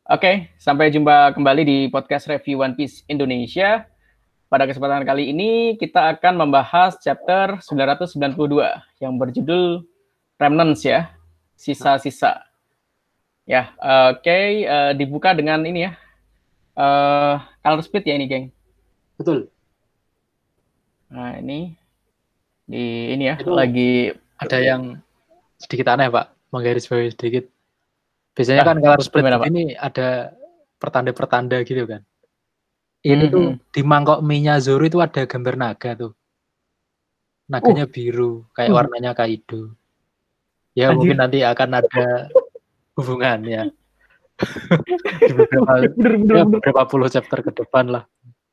Oke, sampai jumpa kembali di podcast review One Piece Indonesia. Pada kesempatan kali ini kita akan membahas chapter 992 yang berjudul Remnants ya, sisa-sisa. Ya, oke, dibuka dengan ini ya, color speed ya ini, geng. Betul. Nah, ini ya, Itu lagi ada yang sedikit aneh, Pak. Menggarisbawahi sedikit. Biasanya kan color spread gimana, Pak? begini ada pertanda-pertanda gitu kan. Ini tuh di mangkok mie-nya Zoro itu ada gambar naga tuh. Uh, Naganya biru, kayak uh, warnanya Kaido. Ya mungkin anjir. nanti akan ada hubungannya di beberapa Bener, bener, ya bener. beberapa puluh chapter ke depan lah.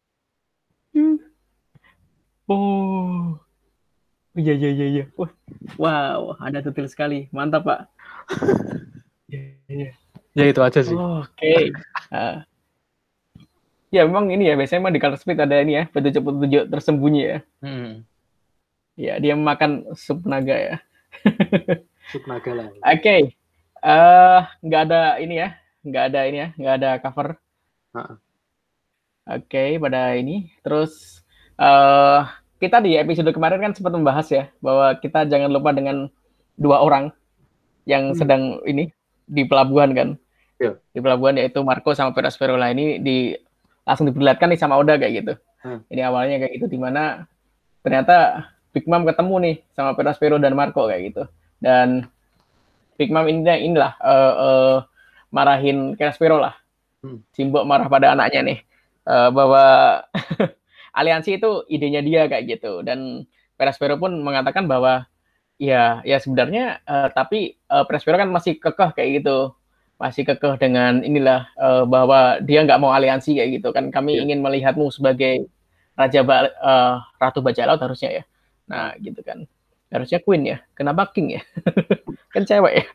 Oh, iya, iya, iya, iya. Wow, ada detail sekali. Mantap, Pak. Iya, iya. Ya itu aja sih. Oke. Uh, Ya memang ini ya, biasanya memang di Color Speed ada ini ya, petunjuk-petunjuk tersembunyi ya. Hmm, Ya, dia makan sup naga ya. Sub naga lah. Oke. Nggak ada ini ya, nggak ada cover. Heeh. Oke, pada ini. Terus eh kita di episode kemarin kan sempat membahas ya bahwa kita jangan lupa dengan dua orang yang Hmm, sedang ini di pelabuhan kan. ya. Di pelabuhan yaitu Marco sama Perospero. Ini langsung diperlihatkan nih sama Oda kayak gitu. Hmm, Ini awalnya kayak gitu, dimana ternyata Big Mom ketemu nih sama Perospero dan Marco kayak gitu. Dan Big Mom inilah marahin Perospero lah. hmm. Simbo marah pada anaknya nih, bahwa aliansi itu idenya dia kayak gitu. Dan Perospero pun mengatakan bahwa ya sebenarnya, tapi Perospero kan masih kekeh kayak gitu. Masih kekeh dengan inilah, bahwa dia nggak mau aliansi kayak gitu kan. Kami Ya. ingin melihatmu sebagai Ratu Bajak Laut harusnya ya. Heeh. Nah, gitu kan. Harusnya Queen ya. Kenapa King ya? Kan cewek ya.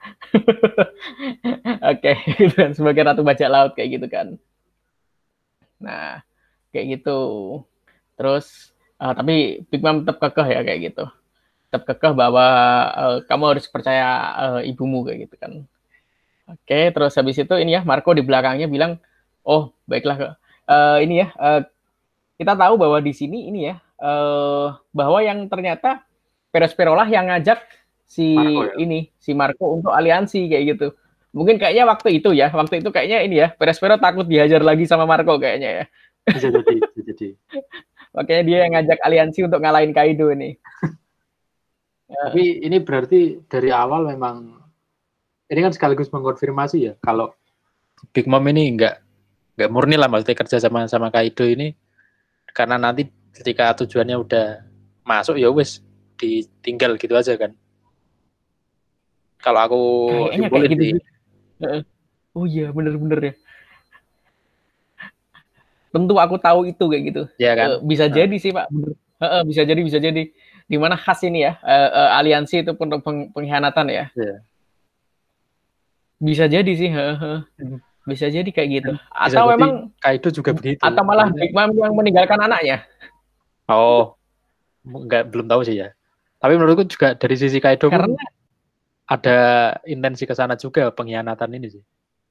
Oke, gitu kan. Sebagai Ratu Bajak Laut kayak gitu kan. Nah, kayak gitu. Terus, tapi Big Mom tetap kekeh ya kayak gitu. Tetap kekeh bahwa kamu harus percaya ibumu kayak gitu kan. Oke, terus habis itu ini ya, Marco di belakangnya bilang, oh baiklah, ini ya, kita tahu bahwa di sini ini ya, bahwa yang ternyata Perospero lah yang ngajak Marco ya. si Marco untuk aliansi kayak gitu. Mungkin kayaknya waktu itu kayaknya ini ya, Perospero takut dihajar lagi sama Marco kayaknya ya. Bisa jadi, bisa jadi. Makanya dia yang ngajak aliansi untuk ngalahin Kaido ini. Tapi ini berarti dari awal memang ini kan sekaligus mengkonfirmasi ya kalau Big Mom ini nggak murni lah maksudnya kerja sama Kaido ini karena nanti ketika tujuannya udah masuk ya wes ditinggal gitu aja kan. Kalau aku Kayaknya kayak simpulin gitu sih, sih. Oh iya, bener-bener ya. Tentu aku tahu itu kayak gitu. ya kan? Bisa Nah, jadi sih Pak. Bener. Bisa jadi, bisa jadi. Dimana khas ini ya, aliansi itu pun pengkhianatan ya. ya. Bisa jadi sih. Bisa jadi kayak gitu. Dan bisa Atau jadi memang, Kaido juga begitu. atau malah Maksudnya, Big Mom yang meninggalkan anaknya. oh, belum tahu sih ya. Tapi menurutku juga dari sisi Kaido pun Karena, ada intensi ke sana juga pengkhianatan ini sih.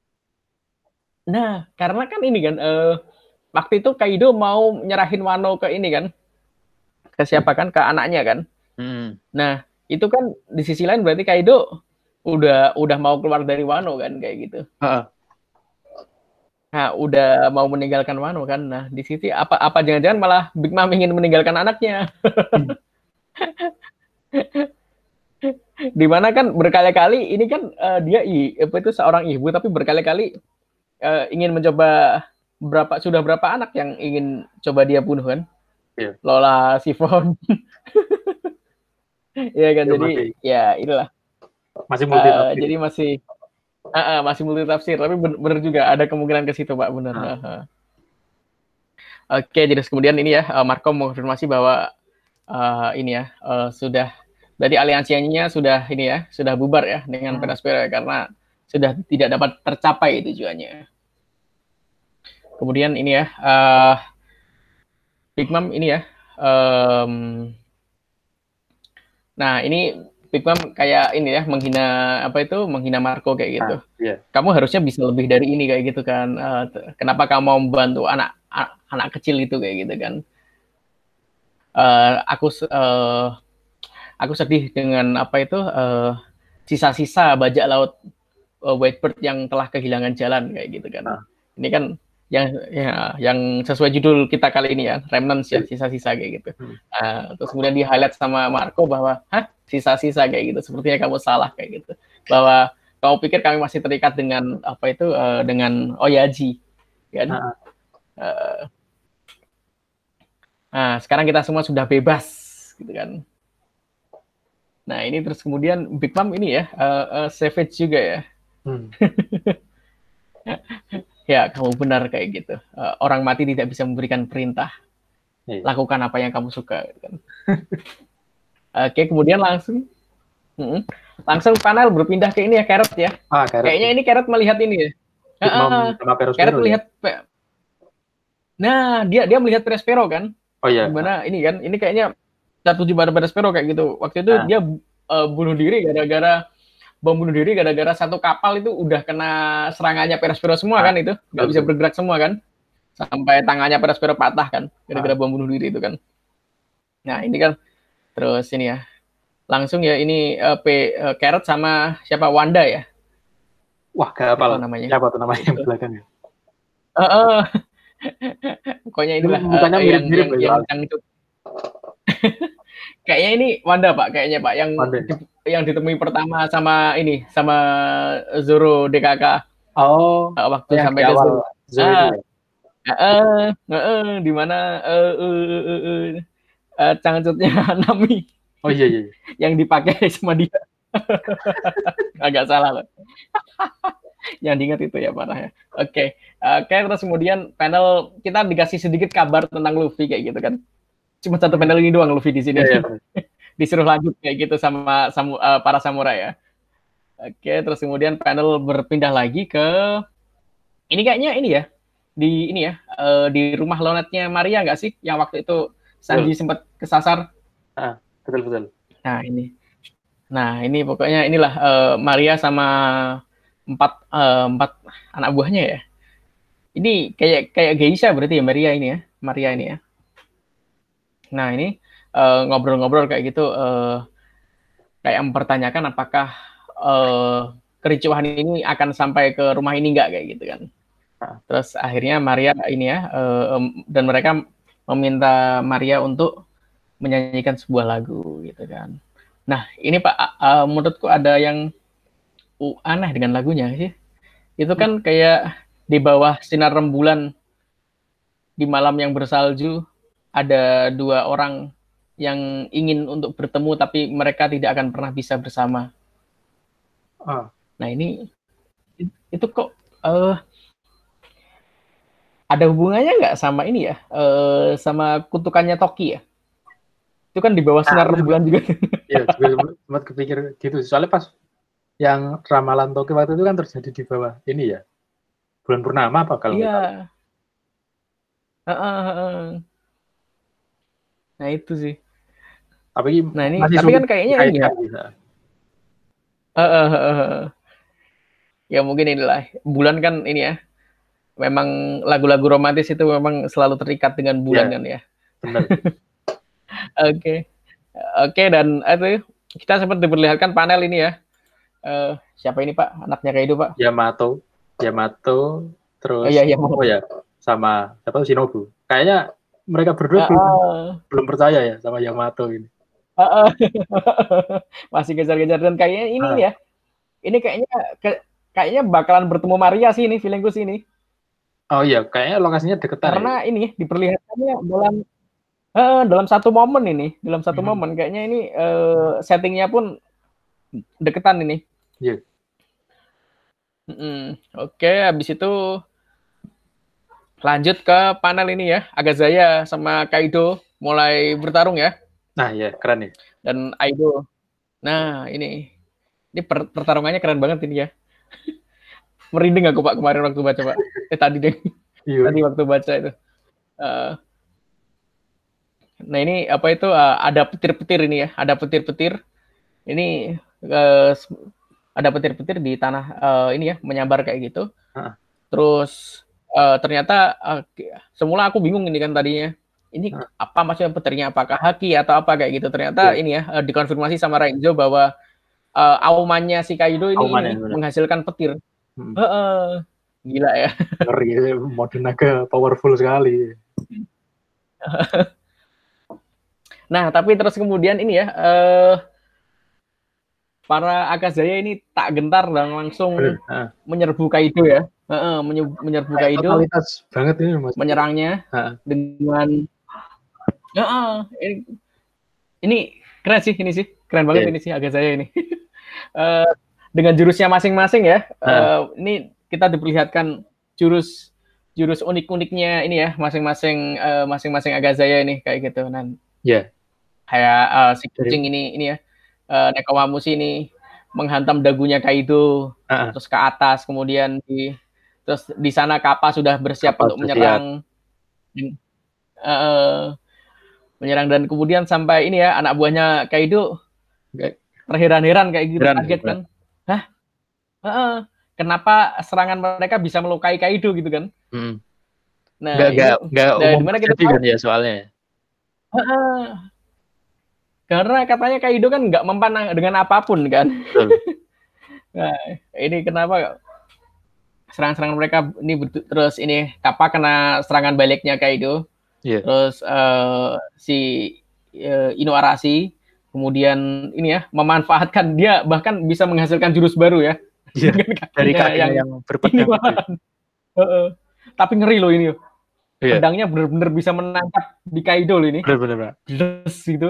karena kan ini kan, waktu itu Kaido mau nyerahin Wano ke ini kan, ke siapa kan, ke anaknya kan. Hmm. Nah, itu kan di sisi lain berarti Kaido udah mau keluar dari Wano kan kayak gitu. Uh-uh. Nah, udah mau meninggalkan Wano kan. Nah, di sisi apa jangan-jangan malah Big Mom ingin meninggalkan anaknya. Hmm. Dimana kan berkali-kali ini kan, dia apa itu seorang ibu tapi berkali-kali ingin mencoba sudah berapa anak yang ingin coba dia bunuh kan. Ya, Lola, Sifon. Ya kan, ya jadi masih ya inilah. masih multi tafsir. Jadi masih multi tafsir tapi benar juga ada kemungkinan ke situ Pak, benar. Nah, Oke, jadi kemudian ini ya, Marco mengonfirmasi bahwa ini ya, sudah berarti aliansinya sudah ini ya, sudah bubar ya dengan hmm. Perospero ya, karena sudah tidak dapat tercapai tujuannya. Kemudian ini ya, Big Mom ini ya, nah ini Big Mom kayak ini ya, menghina Marco kayak gitu. Yeah. Kamu harusnya bisa lebih dari ini kayak gitu kan. Kenapa kamu mau membantu anak kecil itu kayak gitu kan. Aku sedih dengan sisa-sisa bajak laut Whitebird yang telah kehilangan jalan kayak gitu kan. Ini kan yang sesuai judul kita kali ini ya, Remnants ya, sisa-sisa kayak gitu. Terus kemudian di highlight sama Marco bahwa sisa-sisa kayak gitu, sepertinya kamu salah kayak gitu. Bahwa kamu pikir kami masih terikat dengan dengan Oyaji kan. Nah, sekarang kita semua sudah bebas gitu kan. Nah, ini terus kemudian Big Mom ini ya, savage juga ya. Ya, kamu benar kayak gitu. Orang mati tidak bisa memberikan perintah. Lakukan apa yang kamu suka. Gitu kan. Oke, kemudian langsung panel berpindah ke ini ya, Carrot ya. Kayaknya ini Carrot melihat ini ya. Carrot melihat. Nah, dia melihat Perospero kan. Oh iya. Gimana ini kan? Ini kayaknya tertuju pada Perospero kayak gitu. Waktu itu dia bunuh diri gara-gara satu kapal itu udah kena serangannya Perospero semua kan itu. Nggak bisa bergerak semua kan. Sampai tangannya Perospero patah kan. Gara-gara bom bunuh diri itu kan. Nah, ini kan. Terus ini ya. Langsung ya ini Carrot sama siapa? Wanda ya. Wah, gak apa namanya. Siapa tuh namanya yang belakangnya? Pokoknya inilah yang itu. Kayaknya ini Wanda Pak, kayaknya Pak yang ditemui pertama sama Zoro DKK. Waktu sampai ke Zoro. Di mana cangcutnya Nami. Oh iya. Yang dipakai sama dia. Agak salah loh. Yang diingat itu ya parah ya. Oke. Terus kemudian panel kita dikasih sedikit kabar tentang Luffy kayak gitu kan. Cuma satu panel ini doang Luffy di sini. Disuruh lanjut kayak gitu sama para samurai ya. Oke, terus kemudian panel berpindah lagi ke ini kayaknya ini ya. Di rumah lonetnya Maria nggak sih yang waktu itu Sanji sempat kesasar. Betul. Nah, ini pokoknya inilah Maria sama empat anak buahnya ya. Ini kayak Geisha berarti ya Maria ini ya. Nah, ini ngobrol-ngobrol kayak gitu kayak mempertanyakan apakah kericuhan ini akan sampai ke rumah ini enggak kayak gitu kan. Terus akhirnya Maria ini ya dan mereka meminta Maria untuk menyanyikan sebuah lagu gitu kan. Nah, ini Pak menurutku ada yang aneh dengan lagunya sih. Itu kan kayak di bawah sinar rembulan di malam yang bersalju ada dua orang yang ingin untuk bertemu tapi mereka tidak akan pernah bisa bersama. Nah, ini itu kok ada hubungannya nggak sama ini ya? Sama kutukannya Toki ya? Itu kan di bawah sinar rembulan juga. Iya, sempat kepikir gitu. Soalnya pas yang ramalan Toki waktu itu kan terjadi di bawah ini ya. Bulan purnama apa kalau iya. Nah, itu sih. Tapi kan kayaknya ini ya. Ya mungkin inilah. Bulan kan ini ya. Memang lagu-lagu romantis itu memang selalu terikat dengan bulan kan ya. Benar. Oke, dan itu kita sempat diperlihatkan panel ini ya. Siapa ini Pak? Anaknya Kaido Pak? Yamato terus sama siapa Shinobu. Kayaknya mereka berdua belum percaya ya sama Yamato ini. Masih kejar-kejar dan kayaknya ini ya. Ini kayaknya bakalan bertemu Maria sih ini feelingku sih ini. Oh iya, kayaknya lokasinya deketan. Karena ini diperlihatkannya dalam satu momen ini, momen kayaknya ini settingnya pun deketan ini. Iya. Oke, habis itu lanjut ke panel ini ya, Agazaya sama Kaido mulai bertarung ya. Nah, ya keren nih. Dan Aido. Nah, ini pertarungannya keren banget ini ya. Merinding aku Pak kemarin waktu baca Pak. Tadi deh. Tadi waktu baca itu. Nah, ini ada petir-petir ini ya, ada petir-petir Ini ada petir-petir di tanah ini ya, menyambar kayak gitu. Terus ternyata semula aku bingung ini kan tadinya. Ini apa maksudnya petirnya? Apakah haki atau apa kayak gitu? Ternyata ini ya dikonfirmasi sama Raizo bahwa aumannya si Kaido ini menghasilkan petir. Gila ya. Ngeri, mode naga powerful sekali. Nah, tapi terus kemudian ini ya, para Akazaya ini tak gentar dan langsung menyerbu Kaido ya. Menyerbu Kaido. Totalitas banget ini Mas. Menyerangnya dengan ini keren sih, ini sih. Keren banget ini sih Akazaya ini. Dengan jurusnya masing-masing ya. Ini kita diperlihatkan jurus unik-uniknya ini ya, masing-masing Akazaya ini kayak gitu. Dan kayak si kucing ini ya, Nekomamushi ini menghantam dagunya Kaido terus ke atas, kemudian terus di sana Kappa sudah bersiap untuk menyerang. Menyerang dan kemudian sampai ini ya, anak buahnya Kaido terheran-heran kayak gitu, kaget kan. Kenapa serangan mereka bisa melukai Kaido gitu kan? Nah, nggak umum dimana kita tahu kan ya soalnya. Karena katanya Kaido kan nggak mempan dengan apapun kan. Nah, ini kenapa serangan-serangan mereka ini terus ini Kappa kena serangan baliknya Kaido. Terus si Inuarashi kemudian ini ya memanfaatkan, dia bahkan bisa menghasilkan jurus baru ya. Dari kakinya yang berpedang. Tapi ngeri loh ini. Pedangnya benar-benar bisa menangkap di Kaido loh ini. Benar-benar. Jelas gitu.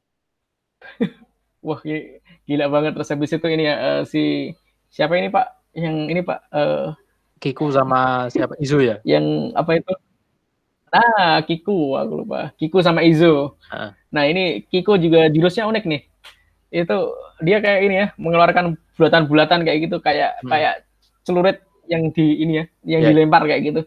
Wah, gila banget. Terus habis itu ini ya si siapa ini Pak? Yang ini Pak Kiku sama siapa? Izo ya? Yang apa itu? Nah, Kiku, aku lupa. Kiku sama Izo. Nah, ini Kiku juga jurusnya unik nih. Itu dia kayak ini ya, mengeluarkan bulatan-bulatan kayak gitu, kayak celurit yang di ini ya, yang dilempar kayak gitu.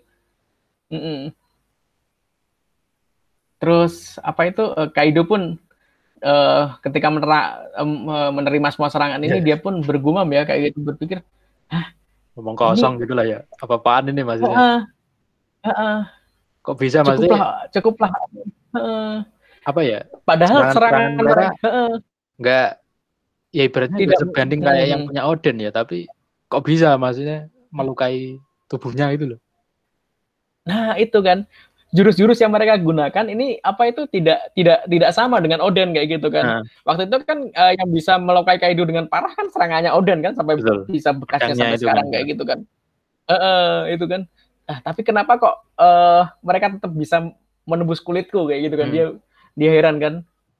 Terus apa itu Kaido pun ketika menerima semua serangan ini dia pun bergumam ya kayak gitu, berpikir, ngomong kosong gitulah ya. Apa-apaan ini maksudnya? Kok bisa maksudnya? Cukuplah. Apa ya? Padahal serangan mereka nggak, ya ibaratnya tidak sebanding kayak yang punya Oden ya, tapi kok bisa maksudnya melukai tubuhnya itu loh. Nah, itu kan jurus-jurus yang mereka gunakan ini apa itu tidak sama dengan Oden kayak gitu kan. Waktu itu kan yang bisa melukai Kaido dengan parah kan serangannya Oden kan, sampai bisa bekasnya sampai sekarang kayak gitu kan. Itu kan. Tapi kenapa kok mereka tetap bisa menembus kulitku kayak gitu kan. Dia heran kan.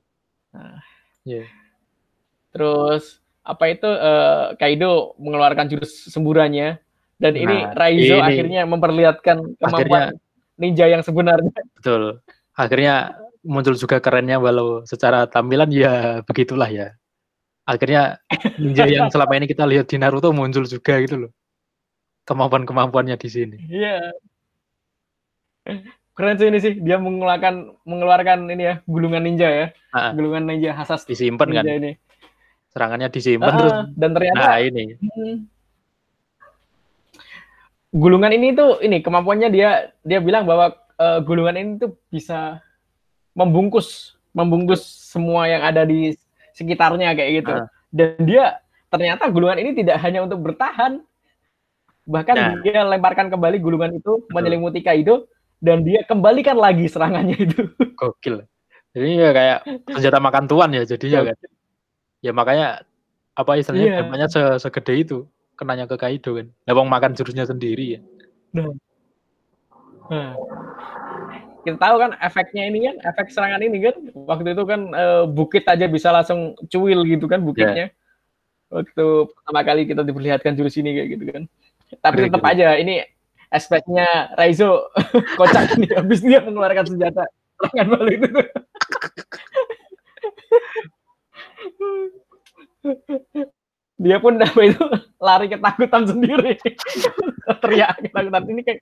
Terus apa itu Kaido mengeluarkan jurus semburannya, dan ini Raizo akhirnya memperlihatkan kemampuan ninja yang sebenarnya. Betul. Akhirnya muncul juga kerennya, walau secara tampilan ya begitulah ya. Akhirnya ninja yang selama ini kita lihat di Naruto muncul juga gitu loh. Kemampuan-kemampuannya di sini. Iya. Keren sih ini sih, dia mengeluarkan ini ya, gulungan ninja ya. Gulungan ninja khas disimpan ninja kan. Ini. Serangannya disimpan terus. Dan ternyata ini. Gulungan ini tuh ini kemampuannya dia bilang bahwa gulungan ini tuh bisa membungkus semua yang ada di sekitarnya kayak gitu. Dan dia ternyata gulungan ini tidak hanya untuk bertahan, bahkan dia lemparkan kembali gulungan itu menyelimuti Kaido dan dia kembalikan lagi serangannya itu. Gokil. Jadi ya kayak senjata makan tuan ya jadinya kan. Ya makanya apa istilahnya dampaknya segede itu kenanya ke Kaido kan. Lah makan jurusnya sendiri ya. Kita tahu kan efeknya ini kan, efek serangan ini kan waktu itu kan bukit aja bisa langsung cuil gitu kan bukitnya. Waktu pertama kali kita diperlihatkan jurus ini kayak gitu kan. Tapi tetap aja ini aspeknya Raizo kocak nih, habis dia mengeluarkan senjata serangan balik itu. Dia pun apa itu lari ketakutan sendiri. Teriak ketakutan ini kayak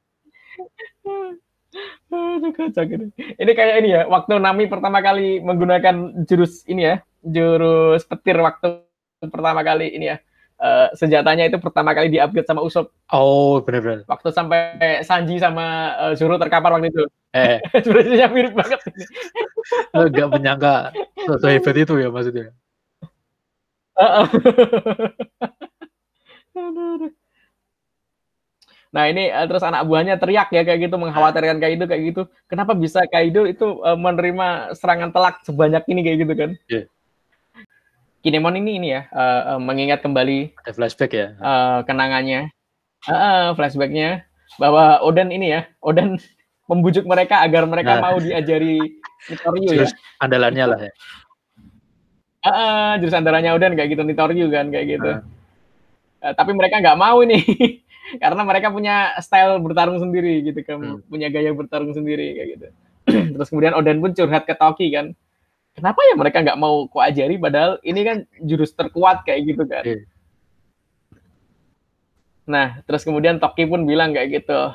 kocak ini. Ini kayak ini ya, waktu Nami pertama kali menggunakan jurus ini ya, jurus petir waktu pertama kali ini ya, senjatanya itu pertama kali di-upgrade sama Usopp. Oh, benar-benar. Waktu sampai Sanji sama Zoro terkapar waktu itu. Eh, Sebenarnya mirip banget ini. nggak menyangka sehebat itu ya maksudnya. Nah ini terus anak buahnya teriak ya kayak gitu, mengkhawatirkan Kaido kayak gitu. Kenapa bisa Kaido itu menerima serangan telak sebanyak ini kayak gitu kan? Yeah. Kinemon ini ya mengingat kembali ada flashback ya, kenangannya, flashbacknya bahwa Oden ini ya, Oden membujuk mereka agar mereka mau diajari Nitoryu jurus ya. Andalannya lah ya. Jurus andalannya Oden kayak gitu, Nitoryu kan kayak gitu. Tapi mereka nggak mau ini karena mereka punya style bertarung sendiri gitu kan, punya gaya bertarung sendiri kayak gitu. Terus kemudian Oden pun curhat ke Toki kan, kenapa ya mereka nggak mau ku ajari padahal ini kan jurus terkuat kayak gitu kan. Nah terus kemudian Toki pun bilang kayak gitu,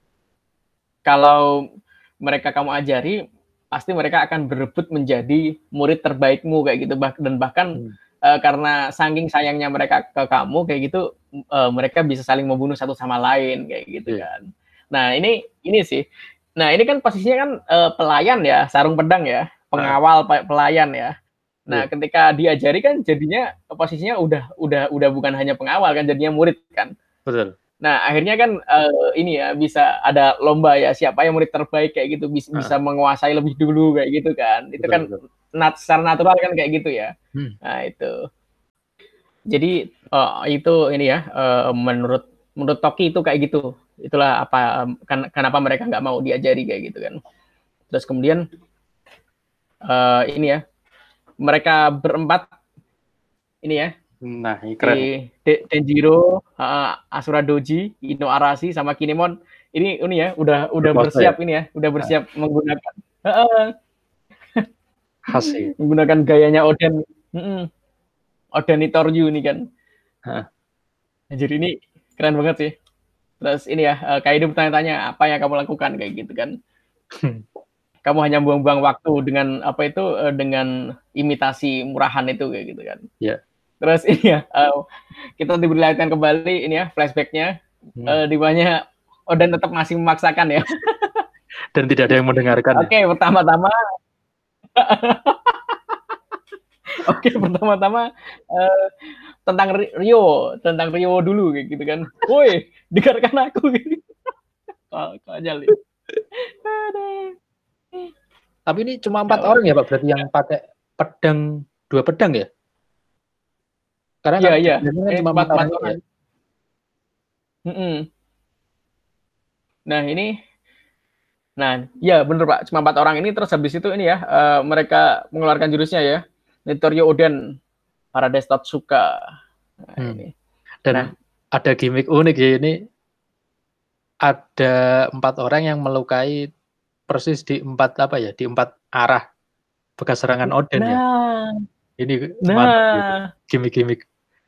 kalau mereka kamu ajari pasti mereka akan berebut menjadi murid terbaikmu kayak gitu, dan bahkan karena saking sayangnya mereka ke kamu kayak gitu, mereka bisa saling membunuh satu sama lain kayak gitu kan. Nah ini sih, nah ini kan posisinya kan pelayan ya, sarung pedang ya, pengawal pelayan ya. Nah ketika diajari kan jadinya posisinya udah bukan hanya pengawal kan, jadinya murid kan. Betul. Nah akhirnya kan ini ya bisa ada lomba ya, siapa yang murid terbaik kayak gitu, bisa menguasai lebih dulu kayak gitu kan. Itu betul, kan secara natural kan kayak gitu ya. Nah itu. Jadi itu ini ya, menurut Toki itu kayak gitu. Itulah apa kenapa mereka nggak mau diajari kayak gitu kan. Terus kemudian ini ya, mereka berempat ini ya. Nah, ini keren. Denjiro, Asura Doji, Ino Arashi sama Kinemon ini ya udah bersiap ya? Ini ya, udah bersiap menggunakan khas sih. Menggunakan gayanya Oden. Oden Nitoryu ini kan. Jadi ini keren banget sih. Terus ini ya, Kaido bertanya-tanya, apa yang kamu lakukan kayak gitu kan. Kamu hanya buang-buang waktu dengan apa itu, dengan imitasi murahan itu kayak gitu kan. Iya. Terus ini ya, kita diperlihatkan kembali ini ya, flashback-nya, di mana Oden tetap masih memaksakan ya. Dan tidak ada yang mendengarkan. Oke, pertama-tama tentang Rio dulu kayak gitu kan. Woi, dengarkan aku gitu. Konyol. Tapi ini cuma 4 orang ya Pak, berarti yang pakai pedang, 2 pedang ya? Karena iya. Kan cuma 4 orang ya. Nah ini, ya bener Pak, cuma 4 orang ini. Terus habis itu ini ya, mereka mengeluarkan jurusnya ya, Nitoryu Oden, Paradise Totsuka. Nah, ini. Dan ada gimmick unik ya ini, ada 4 orang yang melukai persis di 4 di 4 arah bekas serangan Oden ya. Ini mantap gimmick.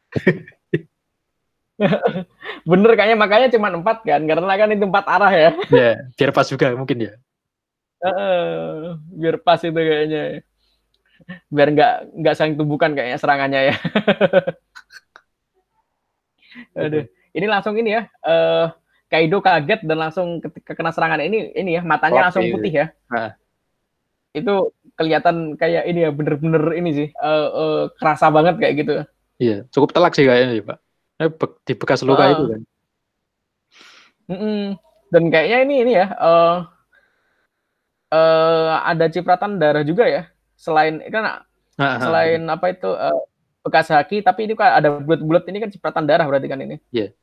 Bener kayaknya, makanya cuma 4 kan, karena kan itu 4 arah ya. Ya, biar pas juga mungkin ya. Biar pas itu kayaknya. Biar nggak saling tumbukan kayaknya serangannya ya. Aduh, ini langsung ini ya, Kaido kaget dan langsung ketika kena serangan ini ya, matanya langsung putih ya. Itu kelihatan kayak ini ya, bener-bener ini sih, kerasa banget kayak gitu. Iya, cukup telak sih kayaknya Pak. Di bekas luka itu kan. Dan kayaknya ini ya, ada cipratan darah juga ya, selain kan selain apa itu, bekas haki, tapi ini kan ada bulat-bulat, ini kan cipratan darah berarti kan ini. Iya.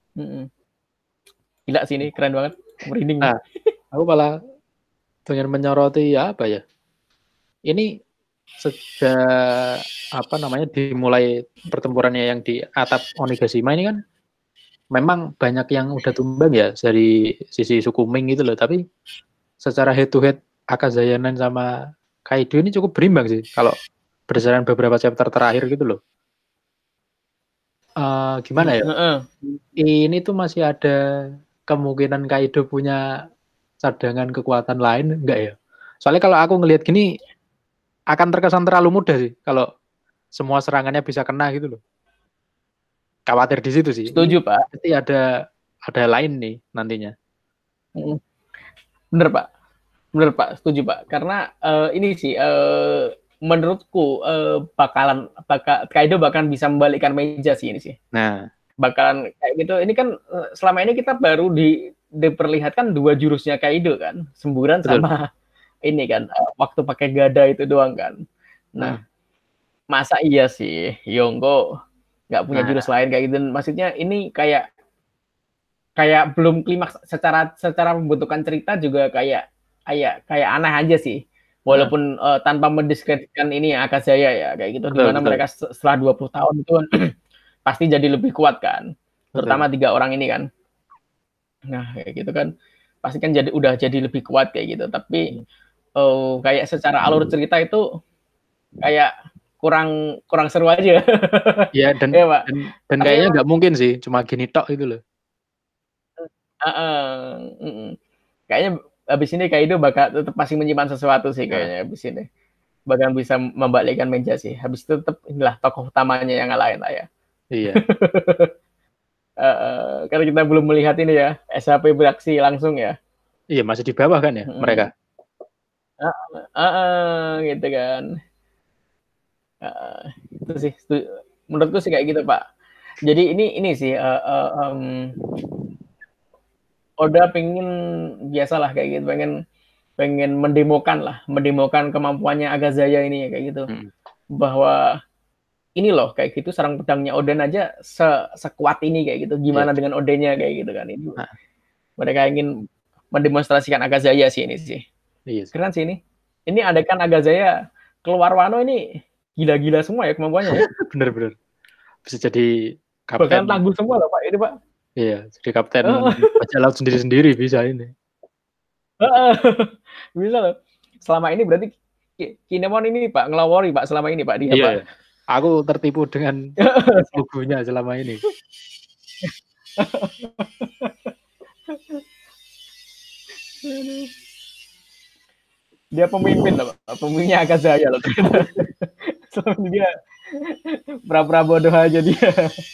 Gila sih, ini keren banget, merinding. Nah, aku malah pengen menyoroti apa ya, ini sejak dimulai pertempurannya yang di atap Onigashima ini kan memang banyak yang udah tumbang ya dari sisi suku Ming gitu loh, tapi secara head to head Akazayanan sama Kaido ini cukup berimbang sih kalau berdasarkan beberapa chapter terakhir gitu loh. Gimana ya? Ini tuh masih ada kemungkinan Kaido punya cadangan kekuatan lain enggak ya? Soalnya kalau aku ngelihat gini akan terkesan terlalu mudah sih kalau semua serangannya bisa kena gitu loh. Khawatir di situ sih. Setuju, Pak. Pasti ada lain nih nantinya. Bener, Pak. Bener, Pak. Setuju, Pak. Karena ini sih menurutku Kaido bahkan bisa membalikkan meja sih ini sih. Nah, bakalan kayak gitu. Ini kan selama ini kita baru diperlihatkan 2 jurusnya Kaido kan, semburan betul. sama ini kan waktu pakai gada itu doang kan. Nah, masa iya sih Yonko nggak punya jurus lain kayak gitu? Maksudnya ini kayak belum klimaks secara pembentukan cerita juga kayak aneh aja sih. Walaupun tanpa mendiskreditkan ini Akazaya ya kayak gitu, dimana mereka setelah 20 tahun itu pasti jadi lebih kuat kan, terutama 3 orang ini kan. Nah kayak gitu kan pasti kan udah jadi lebih kuat kayak gitu, tapi kayak secara alur cerita itu kayak kurang seru aja. Ya dan ya, Pak. Dan kayaknya nggak mungkin sih cuma gini tok itu loh. Kayaknya habis ini Kaido bakal tetap masih menyimpan sesuatu sih kayaknya habis ini. Bahkan bisa membalikkan meja sih. Habis itu tetap inilah tokoh utamanya yang lain lah ya. Iya. Karena kita belum melihat ini ya, SHP beraksi langsung ya. Iya, masih di bawah kan ya mereka. Gitu kan. Itu sih menurutku sih kayak gitu, Pak. Jadi ini sih Oda pengen biasalah kayak gitu, pengen mendemokan kemampuannya Akazaya ini kayak gitu. Bahwa ini loh kayak gitu sarang pedangnya Oden aja sekuat ini kayak gitu. Gimana dengan Odennya kayak gitu kan ini. Mereka ingin mendemonstrasikan Akazaya sih ini sih. Keren sih ini. Ini adegan Akazaya keluar Wano ini gila-gila semua ya kemampuannya ya. Bener-bener. Bisa jadi kapten. Bahkan tangguh semua loh Pak ini Pak. Iya, jadi kapten bajak laut sendiri-sendiri bisa ini. Bisa loh. Selama ini berarti Kinemon ini Pak ngelawori Pak selama ini Pak dia iya, Pak. Iya. Aku tertipu dengan logonya selama ini. Dia pemimpin loh Pak. Pemimpinnya Akazaya loh. Selama ini dia pura-pura bodoh aja dia.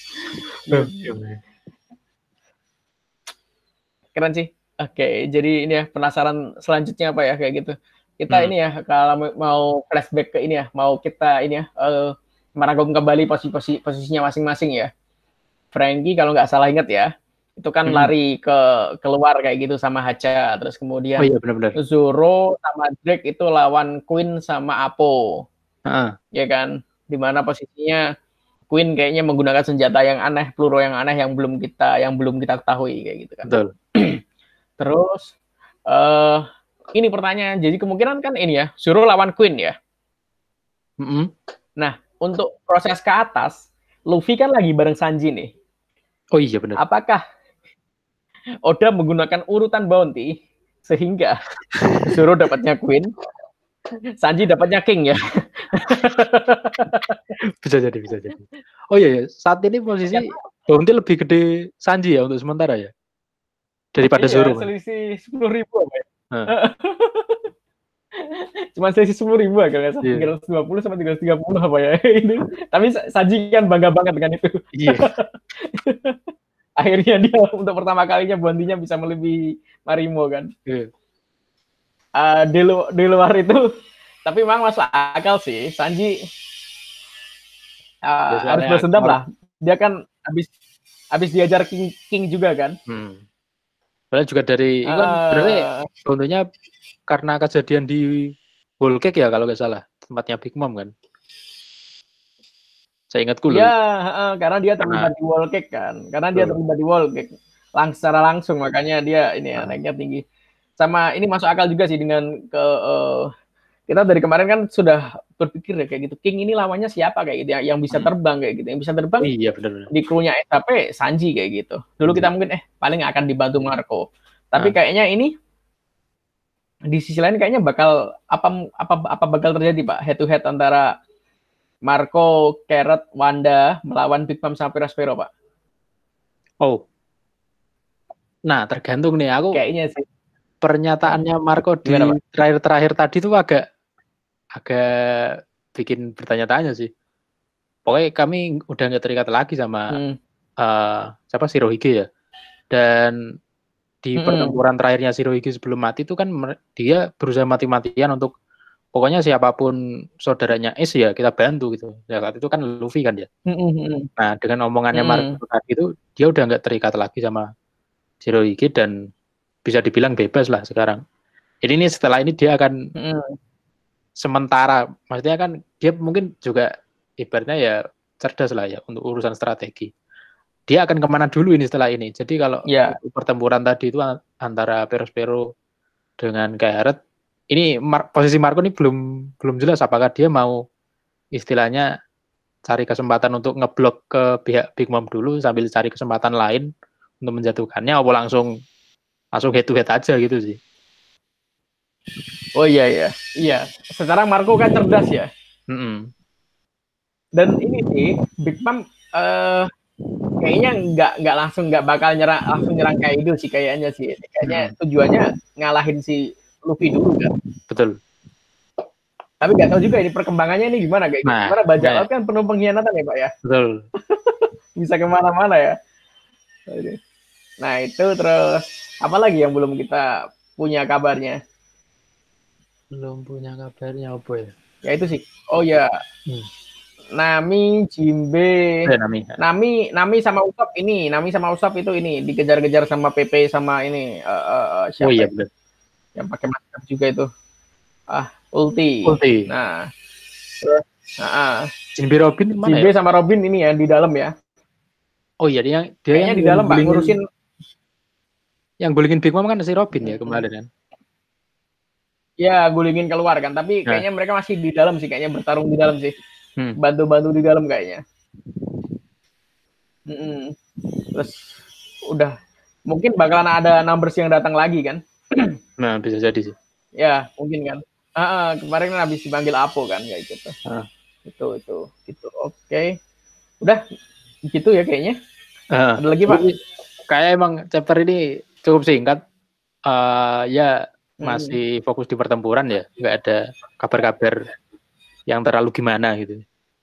Keren sih. Oke, jadi ini ya penasaran selanjutnya apa ya kayak gitu. Kita ini ya kalau mau flashback ke ini ya, mau kita ini ya merangkum kembali posisinya masing-masing ya. Franky kalau nggak salah ingat ya, itu kan lari keluar kayak gitu sama Hacha, terus kemudian benar-benar. Zoro sama Drake itu lawan Queen sama Apo, ya kan? Dimana posisinya Queen kayaknya menggunakan senjata yang aneh, peluru yang aneh yang belum kita ketahui kayak gitu kan. Betul. Terus ini pertanyaan, jadi kemungkinan kan ini ya, Zoro lawan Queen ya. Nah, untuk proses ke atas, Luffy kan lagi bareng Sanji nih. Oh iya benar. Apakah Oda menggunakan urutan bounty sehingga Zoro dapatnya Queen, Sanji dapatnya King ya? Bisa jadi. Oh iya, saat ini posisi bounty lebih gede Sanji ya untuk sementara ya? Daripada Zoro. Selisih 10.000 apa ya? Cuma selisih 10.000 aja, 320 sama 330 apa ya ini. Tapi Sanji kan bangga banget dengan itu. Iya. Akhirnya dia untuk pertama kalinya bounty-nya bisa melebihi Marimo kan. Iya. Di luar itu, tapi memang masuk akal sih. Sanji harus balas dendam lah. Dia kan habis diajar King juga kan. Padahal juga dari itu kan sebenarnya bounty-nya karena kejadian di Whole Cake ya kalau nggak salah, tempatnya Big Mom kan. Saya ingatku loh. Iya, karena dia terlibat di Whole Cake kan. Karena dia terlibat di Whole Cake secara langsung, makanya dia ini ya naiknya tinggi. Sama ini masuk akal juga sih dengan kita dari kemarin kan sudah berpikir ya kayak gitu. King ini lawannya siapa kayak gitu yang bisa terbang kayak gitu. Yang bisa terbang iya, benar. Di krunya SHP Sanji kayak gitu. Dulu kita mungkin paling akan dibantu Marco. Tapi kayaknya ini di sisi lain kayaknya bakal apa bakal terjadi Pak head to head antara Marco, Carrot, Wanda melawan Big Mom sama Perospero Pak. Oh. Nah, tergantung nih aku. Kayaknya sih. Pernyataannya Marco di terakhir tadi tuh agak bikin bertanya-tanya sih. pokoknya kami udah nggak terikat lagi sama siapa Shirohige ya. Dan di pertempuran terakhirnya Shirohige sebelum mati itu kan dia berusaha mati-matian untuk pokoknya siapapun saudaranya Ace ya kita bantu gitu. Ya saat itu kan Luffy kan ya. Nah dengan omongannya Marco tadi itu dia udah nggak terikat lagi sama Shirohige dan bisa dibilang bebas lah sekarang. Ini setelah ini dia akan sementara, maksudnya kan dia mungkin juga ibaratnya ya cerdas lah ya untuk urusan strategi. Dia akan kemana dulu ini setelah ini. Jadi kalau pertempuran tadi itu antara Perospero dengan Karat, ini posisi Marco ini belum jelas apakah dia mau istilahnya cari kesempatan untuk ngeblok ke pihak Big Mom dulu sambil cari kesempatan lain untuk menjatuhkannya, atau langsung head to head aja gitu sih. Oh iya. Sekarang Marco kan cerdas ya. Dan ini sih Big Mom kayaknya nggak bakal nyerang Kaido sih kayaknya sih. Kayaknya tujuannya ngalahin si Luffy dulu kan. Betul. Tapi nggak tahu juga ini perkembangannya ini gimana kayak gimana bajak laut kan penuh pengkhianatan ya Pak ya. Betul. Bisa kemana-mana ya. Nah itu terus apa lagi yang belum kita punya kabarnya? Belum punya kabarnya apa ya? Ya itu sih. Oh ya. Nami, Jinbe, Nami sama Usopp ini, itu ini dikejar-kejar sama PP sama ini siapa? Oh iya benar. Yang pakai masker juga itu. Ulti. Nah. Jinbe Robin mana Jinbe sama Robin ini ya di dalam ya. Oh iya dia yang di dalam Pak ngurusin yang gulingin Big Mom kan si Robin ya kemarin kan. Ya, gulingin keluar kan, tapi kayaknya mereka masih di dalam sih, kayaknya bertarung di dalam sih. Bantu-bantu di dalam kayaknya. Terus udah mungkin bakalan ada numbers yang datang lagi kan. Nah bisa jadi sih ya mungkin kan. Kemarin kan habis dipanggil Apo kan kayak gitu. Itu oke. Udah gitu ya kayaknya. Ada lagi Pak? Kayak emang chapter ini cukup singkat. Ya masih fokus di pertempuran ya, nggak ada kabar-kabar yang terlalu gimana gitu.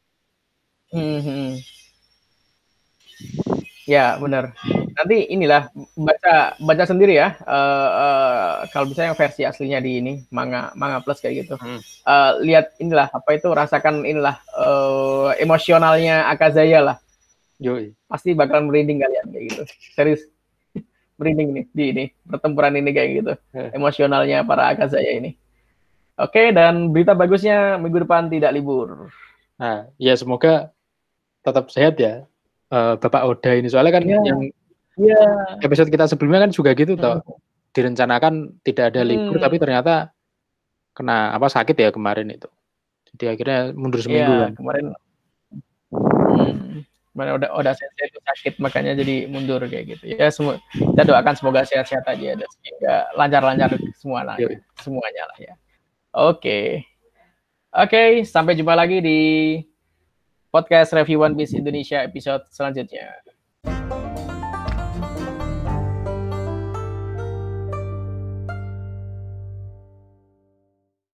Ya benar. Nanti inilah baca sendiri ya. Kalau misalnya versi aslinya di ini manga plus kayak gitu. Lihat inilah apa itu rasakan inilah emosionalnya Akazaya lah. Yoi. Pasti bakalan merinding kalian kayak gitu. Serius merinding nih di ini pertempuran ini kayak gitu. Emosionalnya para Akazaya ini. Oke, dan berita bagusnya minggu depan tidak libur. Nah, ya semoga tetap sehat ya Bapak Oda ini. Soalnya kan yang episode kita sebelumnya kan juga gitu toh. Direncanakan tidak ada libur tapi ternyata kena sakit ya kemarin itu. Jadi akhirnya mundur seminggu kan. Kemarin udah sensei itu sakit makanya jadi mundur kayak gitu. Ya kita doakan semoga sehat-sehat aja dan sehingga lancar-lancar semuanya lah ya. Oke, sampai jumpa lagi di podcast Review One Piece Indonesia episode selanjutnya.